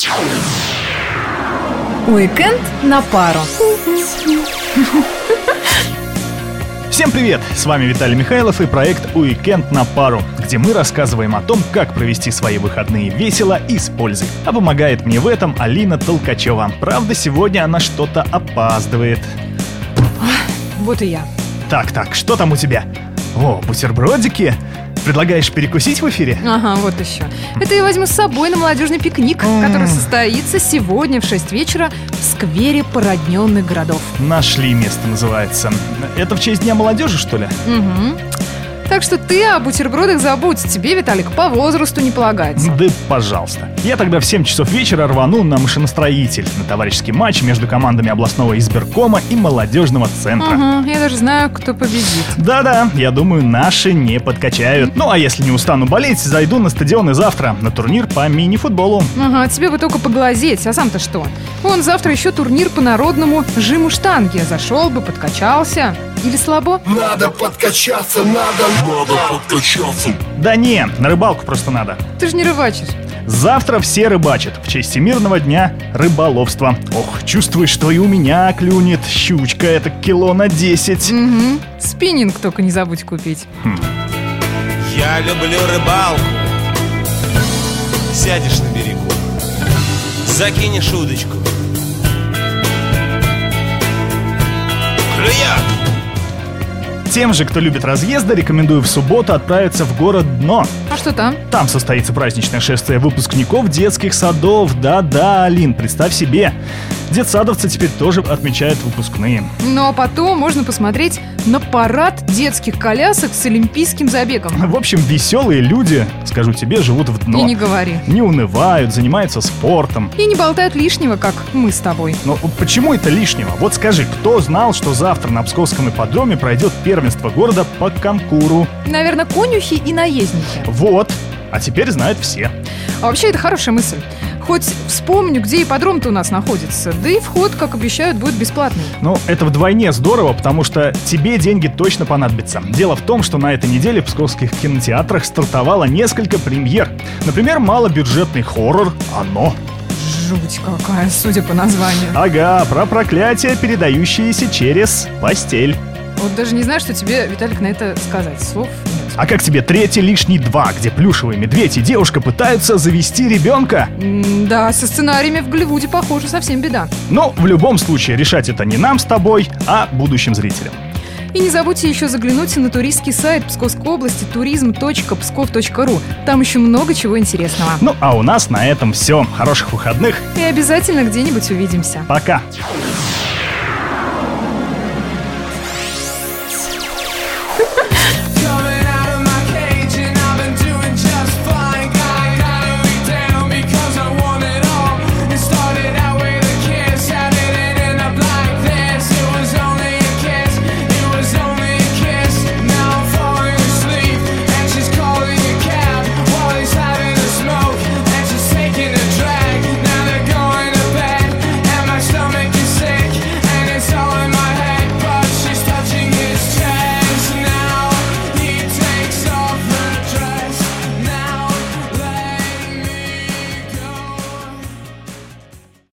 Уикенд на пару. Всем привет! С вами Виталий Михайлов и проект «Уикенд на пару», где мы рассказываем о том, как провести свои выходные весело и с пользой. А помогает мне в этом Алина Толкачева. Правда, сегодня она что-то опаздывает. Вот и я. Так, что там у тебя? О, бутербродики? Предлагаешь перекусить в эфире? Ага, вот еще. Это я возьму с собой на молодежный пикник, который состоится сегодня в 6 вечера в сквере породненных городов. Нашли место, называется. Это в честь Дня молодежи, что ли? Угу. Так что ты о бутербродах забудь. Тебе, Виталик, по возрасту не полагается. Да, пожалуйста. Я тогда в 7 часов вечера рвану на машиностроитель, на товарищеский матч между командами областного избиркома и молодежного центра. Ага, я даже знаю, кто победит. Да, я думаю, наши не подкачают. Ну, а если не устану болеть, зайду на стадион и завтра на турнир по мини-футболу. Ага, тебе бы только поглазеть, а сам-то что? Вон завтра еще турнир по народному жиму штанги. Зашел бы, подкачался. Или слабо? Надо подкачаться, надо подкачаться. Да не, на рыбалку просто надо. Ты же не рыбачишь. Завтра все рыбачат в честь Всемирного дня рыболовства. Ох, чувствую, что и у меня клюнет щучка. Это кило на 10. Угу. Спиннинг только не забудь купить. Я люблю рыбалку. Сядешь на берегу, закинешь удочку. Клюет! Тем же, кто любит разъезды, рекомендую в субботу отправиться в город Дно. А что там? Там состоится праздничное шествие выпускников детских садов. Да, Алин, представь себе. Детсадовцы теперь тоже отмечают выпускные. Ну а потом можно посмотреть на парад детских колясок с олимпийским забегом. В общем, веселые люди, скажу тебе, живут в Дно. И не говори. Не унывают, занимаются спортом. И не болтают лишнего, как мы с тобой. Но почему это лишнего? Вот скажи, кто знал, что завтра на Псковском ипподроме пройдет первенство города по конкуру? Наверное, конюхи и наездники. Вот, а теперь знают все. А вообще это хорошая мысль. Хоть вспомню, где ипподром-то у нас находится. Да и вход, как обещают, будет бесплатный. Ну, это вдвойне здорово, потому что тебе деньги точно понадобятся. Дело в том, что на этой неделе в псковских кинотеатрах стартовало несколько премьер. Например, малобюджетный хоррор «Оно». Жуть какая, судя по названию. Ага, про проклятие, передающееся через постель. Вот даже не знаю, что тебе, Виталик, на это сказать. Слов нет. А как тебе «Третий лишний 2», где плюшевый медведь и девушка пытаются завести ребенка? Да, со сценариями в Голливуде, похоже, совсем беда. Но в любом случае решать это не нам с тобой, а будущим зрителям. И не забудьте еще заглянуть на туристский сайт Псковской области turism.pskov.ru. Там еще много чего интересного. Ну, а у нас на этом все. Хороших выходных. И обязательно где-нибудь увидимся. Пока.